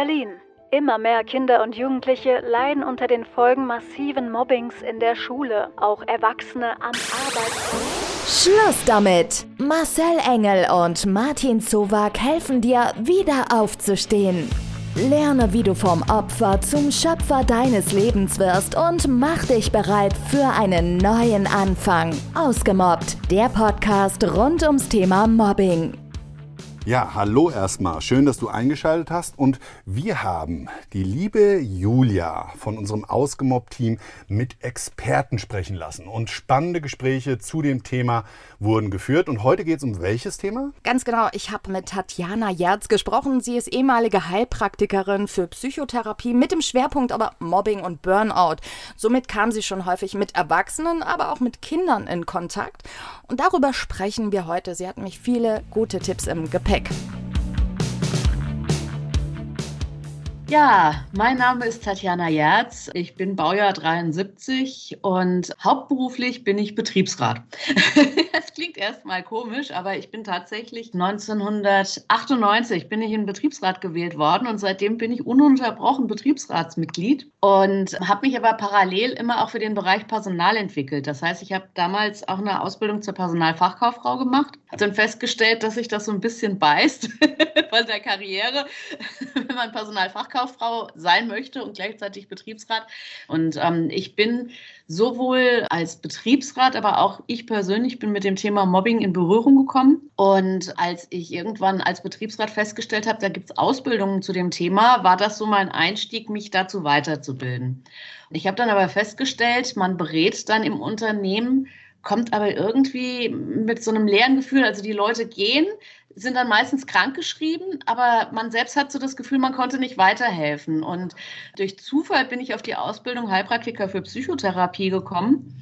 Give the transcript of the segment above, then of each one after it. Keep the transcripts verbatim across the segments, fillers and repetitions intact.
Berlin. Immer mehr Kinder und Jugendliche leiden unter den Folgen massiven Mobbings in der Schule, auch Erwachsene am Arbeitsplatz. Schluss damit! Marcel Engel und Martin Zowak helfen dir, wieder aufzustehen. Lerne, wie du vom Opfer zum Schöpfer deines Lebens wirst und mach dich bereit für einen neuen Anfang. Ausgemobbt, der Podcast rund ums Thema Mobbing. Ja, hallo erstmal. Schön, dass du eingeschaltet hast. Und wir haben die liebe Julia von unserem Ausgemobbt-Team mit Experten sprechen lassen. Und spannende Gespräche zu dem Thema wurden geführt. Und heute geht es um welches Thema? Ganz genau. Ich habe mit Tatjana Jerz gesprochen. Sie ist ehemalige Heilpraktikerin für Psychotherapie mit dem Schwerpunkt aber Mobbing und Burnout. Somit kam sie schon häufig mit Erwachsenen, aber auch mit Kindern in Kontakt. Und darüber sprechen wir heute. Sie hat nämlich viele gute Tipps im Gepäck. Ja, mein Name ist Tatjana Jerz. Ich bin Baujahr dreiundsiebzig und hauptberuflich bin ich Betriebsrat. Das klingt erstmal komisch, aber ich bin tatsächlich neunzehnhundertachtundneunzig bin ich in den Betriebsrat gewählt worden und seitdem bin ich ununterbrochen Betriebsratsmitglied und habe mich aber parallel immer auch für den Bereich Personal entwickelt. Das heißt, ich habe damals auch eine Ausbildung zur Personalfachkauffrau gemacht, habe dann festgestellt, dass sich das so ein bisschen beißt von der Karriere, wenn man Personalfachkauffrau sein möchte und gleichzeitig Betriebsrat. Und ähm, ich bin sowohl als Betriebsrat, aber auch ich persönlich bin mit dem Thema Mobbing in Berührung gekommen. Und als ich irgendwann als Betriebsrat festgestellt habe, da gibt es Ausbildungen zu dem Thema, war das so mein Einstieg, mich dazu weiterzubilden. Ich habe dann aber festgestellt, man berät dann im Unternehmen, kommt aber irgendwie mit so einem leeren Gefühl, also die Leute gehen, sind dann meistens krankgeschrieben, aber man selbst hat so das Gefühl, man konnte nicht weiterhelfen. Und durch Zufall bin ich auf die Ausbildung Heilpraktiker für Psychotherapie gekommen.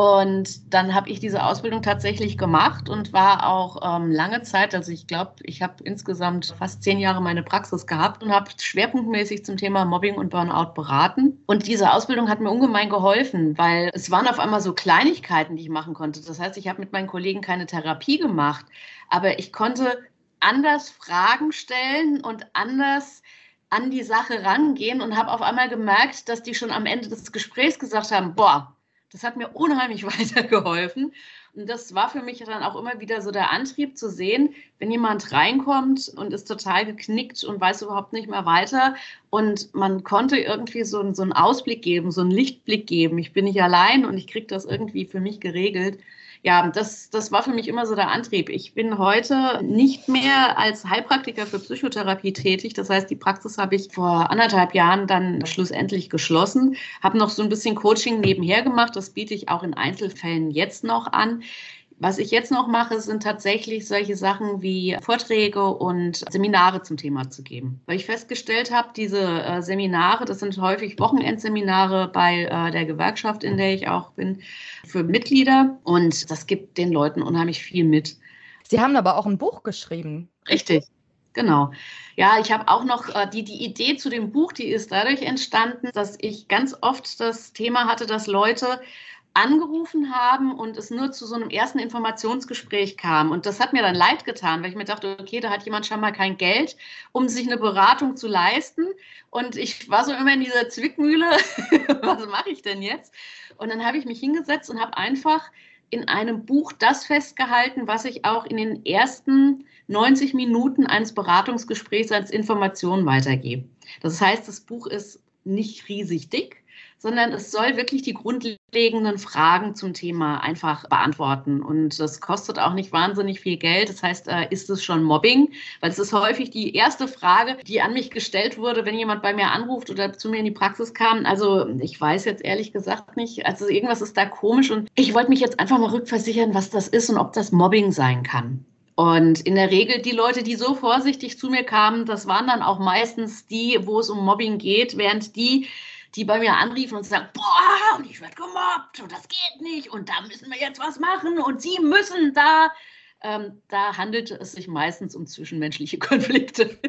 Und dann habe ich diese Ausbildung tatsächlich gemacht und war auch ähm, lange Zeit, also ich glaube, ich habe insgesamt fast zehn Jahre meine Praxis gehabt und habe schwerpunktmäßig zum Thema Mobbing und Burnout beraten. Und diese Ausbildung hat mir ungemein geholfen, weil es waren auf einmal so Kleinigkeiten, die ich machen konnte. Das heißt, ich habe mit meinen Kollegen keine Therapie gemacht, aber ich konnte anders Fragen stellen und anders an die Sache rangehen und habe auf einmal gemerkt, dass die schon am Ende des Gesprächs gesagt haben, boah, das hat mir unheimlich weitergeholfen. Und das war für mich dann auch immer wieder so der Antrieb zu sehen, wenn jemand reinkommt und ist total geknickt und weiß überhaupt nicht mehr weiter. Und man konnte irgendwie so, so einen Ausblick geben, so einen Lichtblick geben. Ich bin nicht allein und ich kriege das irgendwie für mich geregelt. Ja, das, das war für mich immer so der Antrieb. Ich bin heute nicht mehr als Heilpraktiker für Psychotherapie tätig. Das heißt, die Praxis habe ich vor anderthalb Jahren dann schlussendlich geschlossen. Habe noch so ein bisschen Coaching nebenher gemacht. Das biete ich auch in Einzelfällen jetzt noch an. Was ich jetzt noch mache, sind tatsächlich solche Sachen wie Vorträge und Seminare zum Thema zu geben. Weil ich festgestellt habe, diese äh, Seminare, das sind häufig Wochenendseminare bei äh, der Gewerkschaft, in der ich auch bin, für Mitglieder. Und das gibt den Leuten unheimlich viel mit. Sie haben aber auch ein Buch geschrieben. Richtig. Genau. Ja, ich habe auch noch äh, die, die Idee zu dem Buch, die ist dadurch entstanden, dass ich ganz oft das Thema hatte, dass Leute angerufen haben und es nur zu so einem ersten Informationsgespräch kam. Und das hat mir dann leid getan, weil ich mir dachte, okay, da hat jemand schon mal kein Geld, um sich eine Beratung zu leisten. Und ich war so immer in dieser Zwickmühle, was mache ich denn jetzt? Und dann habe ich mich hingesetzt und habe einfach in einem Buch das festgehalten, was ich auch in den ersten neunzig Minuten eines Beratungsgesprächs als Information weitergebe. Das heißt, das Buch ist nicht riesig dick, sondern es soll wirklich die grundlegenden Fragen zum Thema einfach beantworten. Und das kostet auch nicht wahnsinnig viel Geld. Das heißt, äh, ist es schon Mobbing? Weil es ist häufig die erste Frage, die an mich gestellt wurde, wenn jemand bei mir anruft oder zu mir in die Praxis kam. Also ich weiß jetzt ehrlich gesagt nicht. Also irgendwas ist da komisch. Und ich wollte mich jetzt einfach mal rückversichern, was das ist und ob das Mobbing sein kann. Und in der Regel die Leute, die so vorsichtig zu mir kamen, das waren dann auch meistens die, wo es um Mobbing geht, während die, die bei mir anriefen und sagen, boah, und ich werde gemobbt und das geht nicht und da müssen wir jetzt was machen und Sie müssen da. Ähm, da handelte es sich meistens um zwischenmenschliche Konflikte.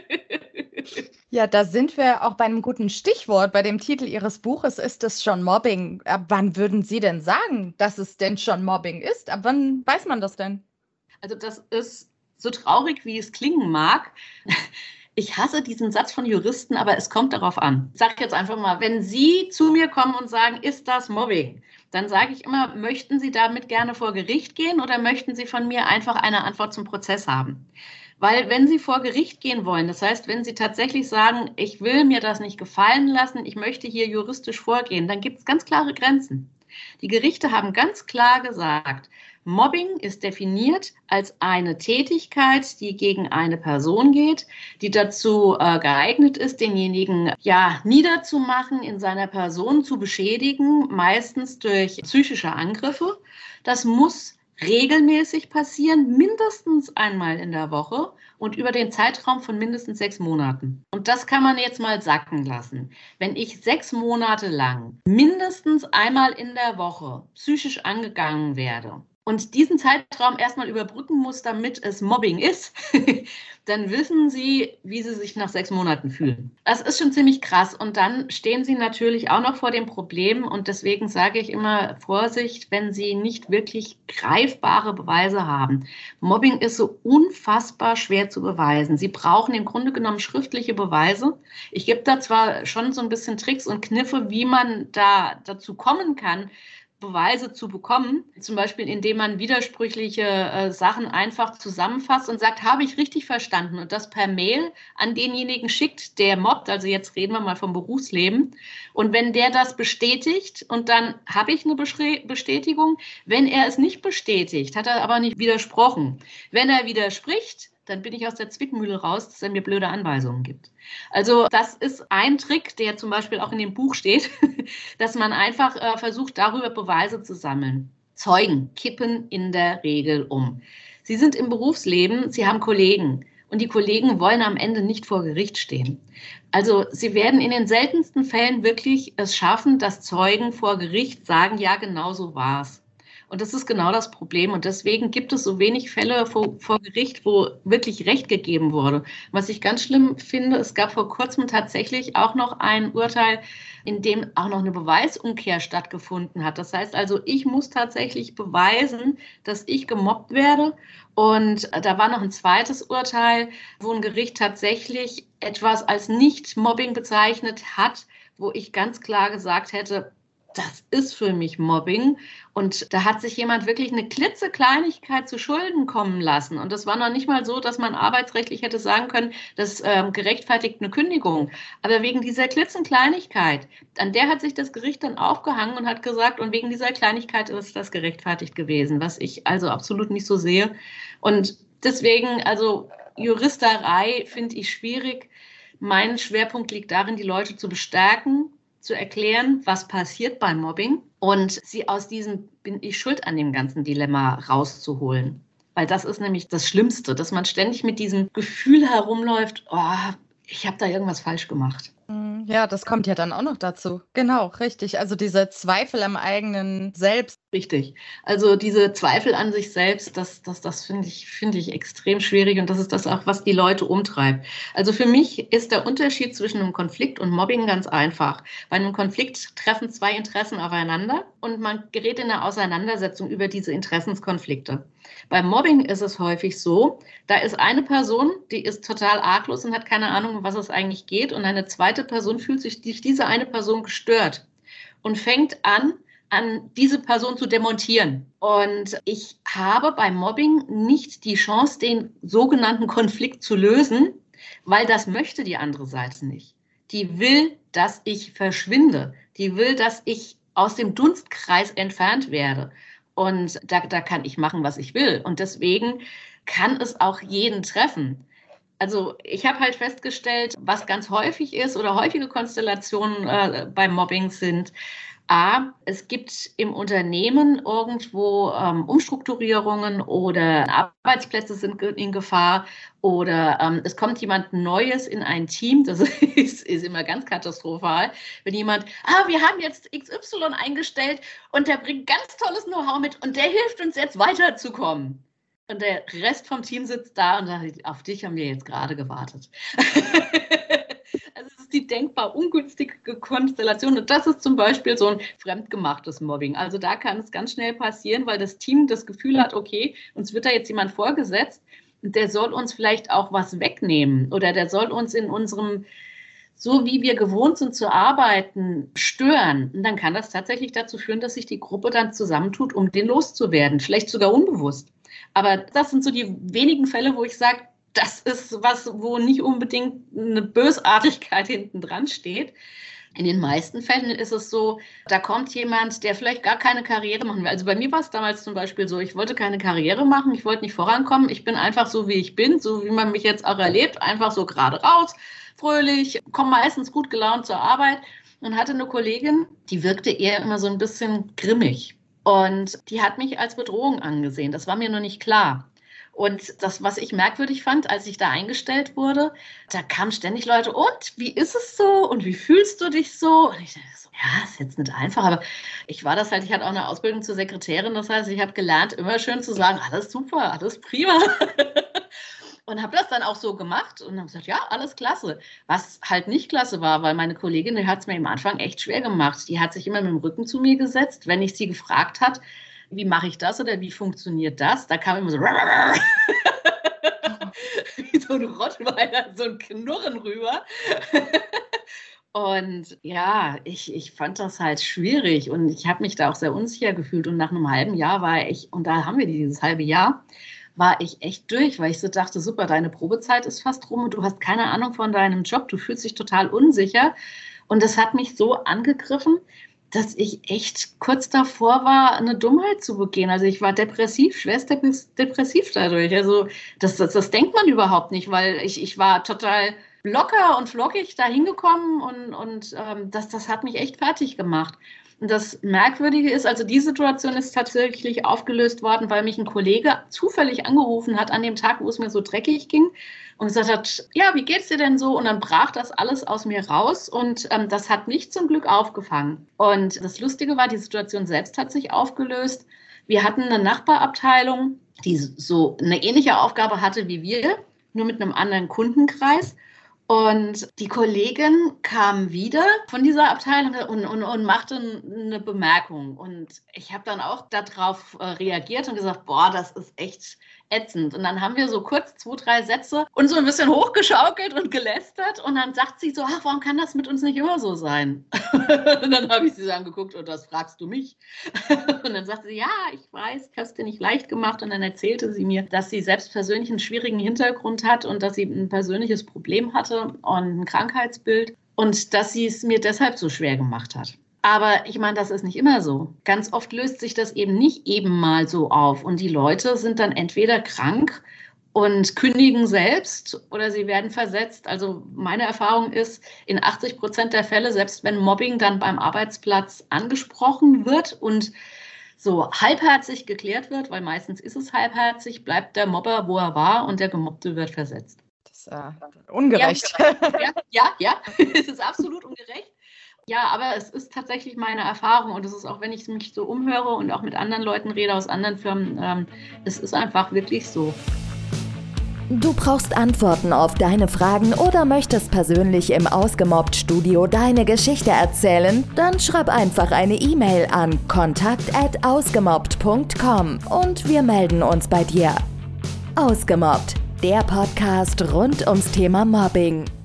Ja, da sind wir auch bei einem guten Stichwort. Bei dem Titel Ihres Buches ist es schon Mobbing. Ab wann würden Sie denn sagen, dass es denn schon Mobbing ist? Ab wann weiß man das denn? Also das ist so traurig, wie es klingen mag. Ich hasse diesen Satz von Juristen, aber es kommt darauf an. Ich sage jetzt einfach mal, wenn Sie zu mir kommen und sagen, ist das Mobbing? Dann sage ich immer, möchten Sie damit gerne vor Gericht gehen oder möchten Sie von mir einfach eine Antwort zum Prozess haben? Weil wenn Sie vor Gericht gehen wollen, das heißt, wenn Sie tatsächlich sagen, ich will mir das nicht gefallen lassen, ich möchte hier juristisch vorgehen, dann gibt es ganz klare Grenzen. Die Gerichte haben ganz klar gesagt, Mobbing ist definiert als eine Tätigkeit, die gegen eine Person geht, die dazu äh, geeignet ist, denjenigen ja niederzumachen, in seiner Person zu beschädigen, meistens durch psychische Angriffe. Das muss regelmäßig passieren, mindestens einmal in der Woche und über den Zeitraum von mindestens sechs Monaten. Und das kann man jetzt mal sacken lassen. Wenn ich sechs Monate lang mindestens einmal in der Woche psychisch angegangen werde und diesen Zeitraum erstmal überbrücken muss, damit es Mobbing ist, dann wissen Sie, wie Sie sich nach sechs Monaten fühlen. Das ist schon ziemlich krass. Und dann stehen Sie natürlich auch noch vor dem Problem. Und deswegen sage ich immer, Vorsicht, wenn Sie nicht wirklich greifbare Beweise haben. Mobbing ist so unfassbar schwer zu beweisen. Sie brauchen im Grunde genommen schriftliche Beweise. Ich gebe da zwar schon so ein bisschen Tricks und Kniffe, wie man da dazu kommen kann, Beweise zu bekommen, zum Beispiel indem man widersprüchliche äh, Sachen einfach zusammenfasst und sagt, habe ich richtig verstanden und das per Mail an denjenigen schickt, der mobbt, also jetzt reden wir mal vom Berufsleben und wenn der das bestätigt und dann habe ich eine Bestätigung, wenn er es nicht bestätigt, hat er aber nicht widersprochen. Wenn er widerspricht, dann bin ich aus der Zwickmühle raus, dass er mir blöde Anweisungen gibt. Also das ist ein Trick, der zum Beispiel auch in dem Buch steht, dass man einfach äh, versucht, darüber Beweise zu sammeln. Zeugen kippen in der Regel um. Sie sind im Berufsleben, Sie haben Kollegen und die Kollegen wollen am Ende nicht vor Gericht stehen. Also Sie werden in den seltensten Fällen wirklich es schaffen, dass Zeugen vor Gericht sagen, ja, genau so war es. Und das ist genau das Problem. Und deswegen gibt es so wenig Fälle vor, vor Gericht, wo wirklich Recht gegeben wurde. Was ich ganz schlimm finde, es gab vor kurzem tatsächlich auch noch ein Urteil, in dem auch noch eine Beweisumkehr stattgefunden hat. Das heißt also, ich muss tatsächlich beweisen, dass ich gemobbt werde. Und da war noch ein zweites Urteil, wo ein Gericht tatsächlich etwas als Nicht-Mobbing bezeichnet hat, wo ich ganz klar gesagt hätte, das ist für mich Mobbing. Und da hat sich jemand wirklich eine klitzekleinigkeit zu Schulden kommen lassen. Und das war noch nicht mal so, dass man arbeitsrechtlich hätte sagen können, das äh, gerechtfertigt eine Kündigung. Aber wegen dieser klitzenkleinigkeit, an der hat sich das Gericht dann aufgehangen und hat gesagt, und wegen dieser Kleinigkeit ist das gerechtfertigt gewesen, was ich also absolut nicht so sehe. Und deswegen, also Juristerei finde ich schwierig. Mein Schwerpunkt liegt darin, die Leute zu bestärken, zu erklären, was passiert beim Mobbing und sie aus diesem bin ich schuld an dem ganzen Dilemma rauszuholen. Weil das ist nämlich das Schlimmste, dass man ständig mit diesem Gefühl herumläuft, oh, ich habe da irgendwas falsch gemacht. Ja, das kommt ja dann auch noch dazu. Genau, richtig. Also diese Zweifel am eigenen Selbst. Richtig. Also diese Zweifel an sich selbst, das, das, das finde ich, finde ich extrem schwierig und das ist das auch, was die Leute umtreibt. Also für mich ist der Unterschied zwischen einem Konflikt und Mobbing ganz einfach. Bei einem Konflikt treffen zwei Interessen aufeinander und man gerät in eine Auseinandersetzung über diese Interessenskonflikte. Beim Mobbing ist es häufig so, da ist eine Person, die ist total arglos und hat keine Ahnung, um was es eigentlich geht und eine zweite Person fühlt sich durch diese eine Person gestört und fängt an, an diese Person zu demontieren. Und ich habe beim Mobbing nicht die Chance, den sogenannten Konflikt zu lösen, weil das möchte die andere Seite nicht. Die will, dass ich verschwinde. Die will, dass ich aus dem Dunstkreis entfernt werde. Und da, da kann ich machen, was ich will. Und deswegen kann es auch jeden treffen. Also ich habe halt festgestellt, was ganz häufig ist oder häufige Konstellationen äh, beim Mobbing sind, A, es gibt im Unternehmen irgendwo ähm, Umstrukturierungen oder Arbeitsplätze sind in Gefahr oder ähm, es kommt jemand Neues in ein Team. Das ist, ist immer ganz katastrophal, wenn jemand, ah, wir haben jetzt X Y eingestellt und der bringt ganz tolles Know-how mit und der hilft uns jetzt weiterzukommen. Und der Rest vom Team sitzt da und sagt, auf dich haben wir jetzt gerade gewartet. Also es ist die denkbar ungünstige Konstellation. Und das ist zum Beispiel so ein fremdgemachtes Mobbing. Also da kann es ganz schnell passieren, weil das Team das Gefühl hat, okay, uns wird da jetzt jemand vorgesetzt, der soll uns vielleicht auch was wegnehmen oder der soll uns in unserem, so wie wir gewohnt sind zu arbeiten, stören. Und dann kann das tatsächlich dazu führen, dass sich die Gruppe dann zusammentut, um den loszuwerden, vielleicht sogar unbewusst. Aber das sind so die wenigen Fälle, wo ich sage, das ist was, wo nicht unbedingt eine Bösartigkeit hinten dran steht. In den meisten Fällen ist es so, da kommt jemand, der vielleicht gar keine Karriere machen will. Also bei mir war es damals zum Beispiel so, ich wollte keine Karriere machen, ich wollte nicht vorankommen. Ich bin einfach so, wie ich bin, so wie man mich jetzt auch erlebt, einfach so gerade raus, fröhlich, komme meistens gut gelaunt zur Arbeit und hatte eine Kollegin, die wirkte eher immer so ein bisschen grimmig. Und die hat mich als Bedrohung angesehen. Das war mir noch nicht klar. Und das, was ich merkwürdig fand, als ich da eingestellt wurde, da kamen ständig Leute, und wie ist es so? Und wie fühlst du dich so? Und ich dachte so, ja, ist jetzt nicht einfach, aber ich war das halt, ich hatte auch eine Ausbildung zur Sekretärin, das heißt, ich habe gelernt, immer schön zu sagen, alles super, alles prima. Und habe das dann auch so gemacht und habe gesagt, ja, alles klasse. Was halt nicht klasse war, weil meine Kollegin, die hat es mir am Anfang echt schwer gemacht. Die hat sich immer mit dem Rücken zu mir gesetzt, wenn ich sie gefragt habe, wie mache ich das oder wie funktioniert das? Da kam immer so wie so ein Rottweiler, so ein Knurren rüber. Und ja, ich, ich fand das halt schwierig und ich habe mich da auch sehr unsicher gefühlt. Und nach einem halben Jahr war ich, und da haben wir dieses halbe Jahr, war ich echt durch, weil ich so dachte, super, deine Probezeit ist fast rum und du hast keine Ahnung von deinem Job, du fühlst dich total unsicher. Und das hat mich so angegriffen, dass ich echt kurz davor war, eine Dummheit zu begehen. Also ich war depressiv, schwerst depressiv dadurch. Also das, das, das denkt man überhaupt nicht, weil ich, ich war total locker und flockig da hingekommen und, und ähm, das, das hat mich echt fertig gemacht. Und das Merkwürdige ist, also die Situation ist tatsächlich aufgelöst worden, weil mich ein Kollege zufällig angerufen hat an dem Tag, wo es mir so dreckig ging und gesagt hat, ja, wie geht's dir denn so? Und dann brach das alles aus mir raus und ähm, das hat mich zum Glück aufgefangen. Und das Lustige war, die Situation selbst hat sich aufgelöst. Wir hatten eine Nachbarabteilung, die so eine ähnliche Aufgabe hatte wie wir, nur mit einem anderen Kundenkreis. Und die Kollegin kam wieder von dieser Abteilung und, und, und machte eine Bemerkung. Und ich habe dann auch darauf reagiert und gesagt, boah, das ist echt ätzend. Und dann haben wir so kurz zwei, drei Sätze und so ein bisschen hochgeschaukelt und gelästert. Und dann sagt sie so, ach, warum kann das mit uns nicht immer so sein? Und dann habe ich sie so angeguckt und das fragst du mich. Und dann sagte sie, ja, ich weiß, ich habe es dir nicht leicht gemacht. Und dann erzählte sie mir, dass sie selbst persönlich einen schwierigen Hintergrund hat und dass sie ein persönliches Problem hatte und ein Krankheitsbild und dass sie es mir deshalb so schwer gemacht hat. Aber ich meine, das ist nicht immer so. Ganz oft löst sich das eben nicht eben mal so auf und die Leute sind dann entweder krank und kündigen selbst oder sie werden versetzt. Also meine Erfahrung ist, in achtzig Prozent der Fälle, selbst wenn Mobbing dann beim Arbeitsplatz angesprochen wird und so halbherzig geklärt wird, weil meistens ist es halbherzig, bleibt der Mobber, wo er war und der Gemobbte wird versetzt. Das ist äh, ungerecht. Ja, ja, ja, es ist absolut ungerecht. Ja, aber es ist tatsächlich meine Erfahrung und es ist auch, wenn ich mich so umhöre und auch mit anderen Leuten rede aus anderen Firmen, ähm, es ist einfach wirklich so. Du brauchst Antworten auf deine Fragen oder möchtest persönlich im Ausgemobbt-Studio deine Geschichte erzählen? Dann schreib einfach eine E-Mail an kontakt at ausgemobbt punkt com und wir melden uns bei dir. Ausgemobbt, der Podcast rund ums Thema Mobbing.